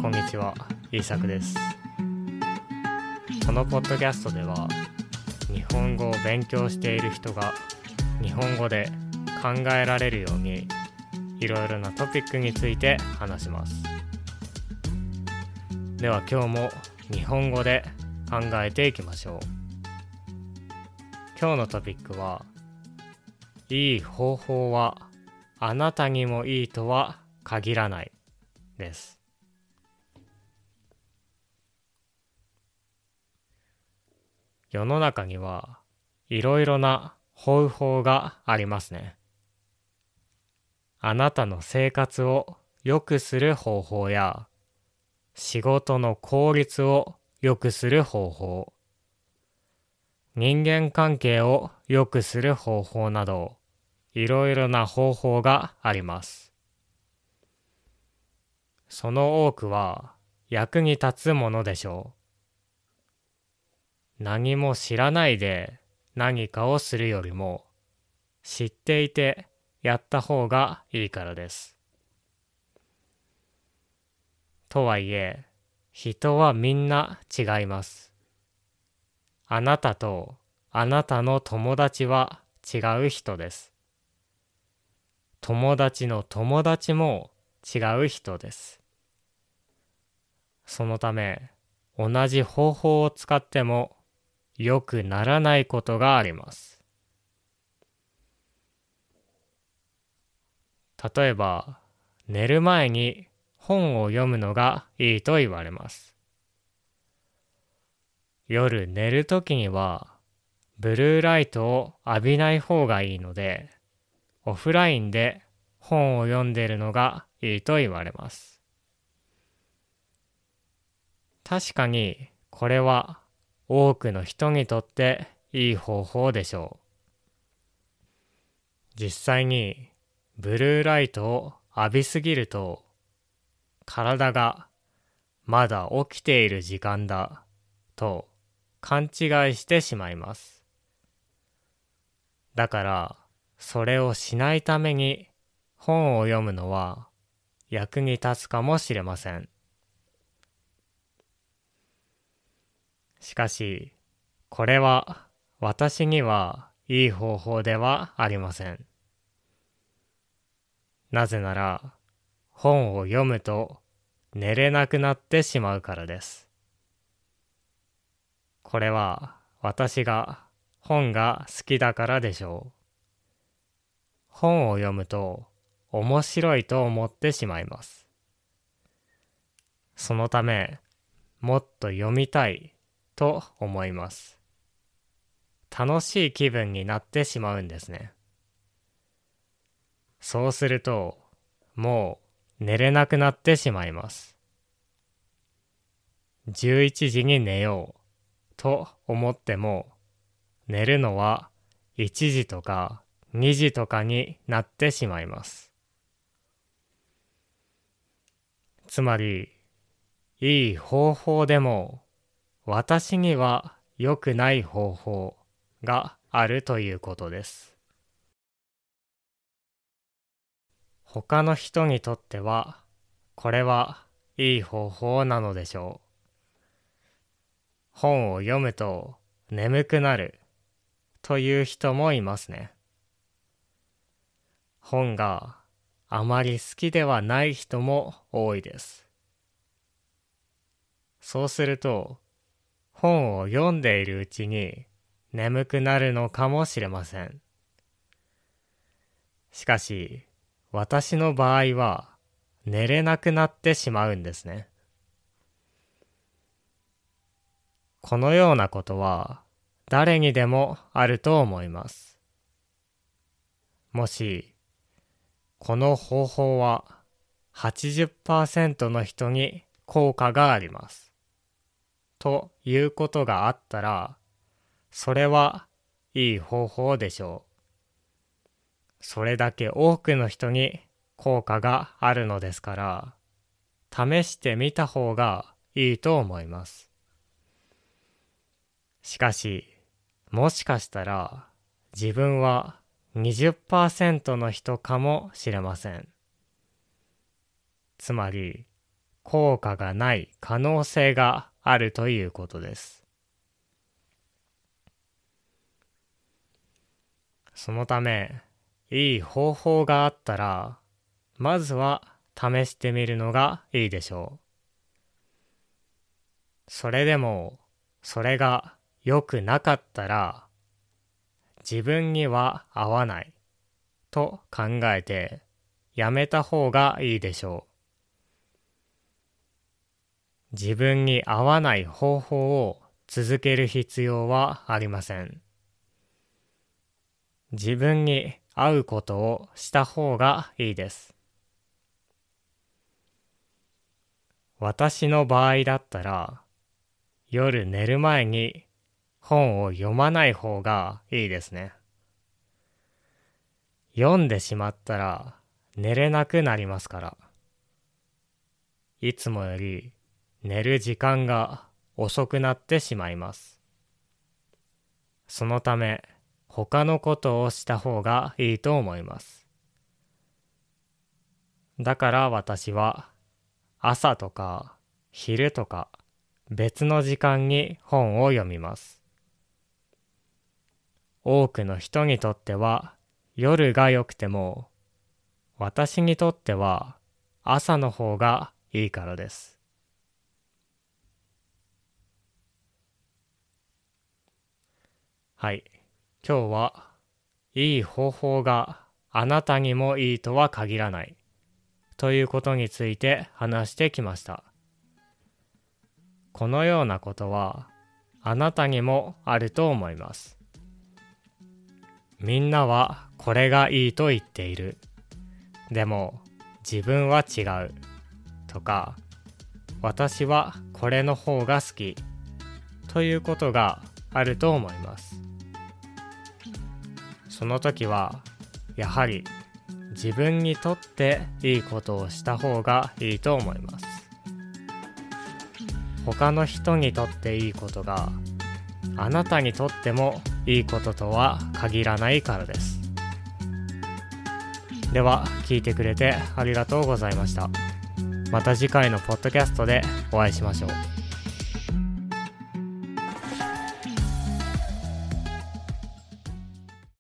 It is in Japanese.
こんにちは、イーサクです。このポッドキャストでは日本語を勉強している人が日本語で考えられるようにいろいろなトピックについて話します。では今日も日本語で考えていきましょう。今日のトピックは、いい方法はあなたにもいいとは限らないです。世の中にはいろいろな方法がありますね。あなたの生活を良くする方法や仕事の効率を良くする方法、人間関係を良くする方法などいろいろな方法があります。その多くは役に立つものでしょう。何も知らないで何かをするよりも、知っていてやった方がいいからです。とはいえ、人はみんな違います。あなたとあなたの友達は違う人です。友達の友達も違う人です。そのため、同じ方法を使っても良くならないことがあります。例えば、寝る前に本を読むのがいいと言われます。夜寝るときには、ブルーライトを浴びない方がいいので、オフラインで本を読んでいるのがいいと言われます。確かに、これは多くの人にとっていい方法でしょう。実際にブルーライトを浴びすぎると体がまだ起きている時間だと勘違いしてしまいます。だからそれをしないために本を読むのは役に立つかもしれません。しかし、これは私にはいい方法ではありません。なぜなら、本を読むと寝れなくなってしまうからです。これは私が本が好きだからでしょう。本を読むと面白いと思ってしまいます。そのため、もっと読みたいと思います。楽しい気分になってしまうんですね。そうすると、もう寝れなくなってしまいます。11時に寝ようと思っても、寝るのは1時とか2時とかになってしまいます。つまり、いい方法でも私には良くない方法があるということです。他の人にとってはこれはいい方法なのでしょう。本を読むと眠くなるという人もいますね。本があまり好きではない人も多いです。そうすると、本を読んでいるうちに眠くなるのかもしれません。しかし、私の場合は寝れなくなってしまうんですね。このようなことは誰にでもあると思います。もし、この方法は 80% の人に効果があります。ということがあったら、それはいい方法でしょう。それだけ多くの人に効果があるのですから、試してみた方がいいと思います。しかし、もしかしたら自分は 20% の人かもしれません。つまり、 効果がない可能性があるということです。そのため、いい方法があったら、まずは試してみるのがいいでしょう。それでも、それが良くなかったら、自分には合わないと考えてやめた方がいいでしょう。自分に合わない方法を続ける必要はありません。自分に合うことをした方がいいです。私の場合だったら、夜寝る前に本を読まない方がいいですね。読んでしまったら寝れなくなりますから。いつもより寝る時間が遅くなってしまいます。そのため、他のことをした方がいいと思います。だから私は朝とか昼とか別の時間に本を読みます。多くの人にとっては夜が良くても、私にとっては朝の方がいいからです。はい。今日はいい方法があなたにもいいとは限らないということについて話してきました。このようなことはあなたにもあると思います。みんなはこれがいいと言っている。でも自分は違う。とか、私はこれの方が好き。ということがあると思います。その時はやはり自分にとっていいことをした方がいいと思います。他の人にとっていいことがあなたにとってもいいこととは限らないからです。では聞いてくれてありがとうございました。また次回のポッドキャストでお会いしましょう。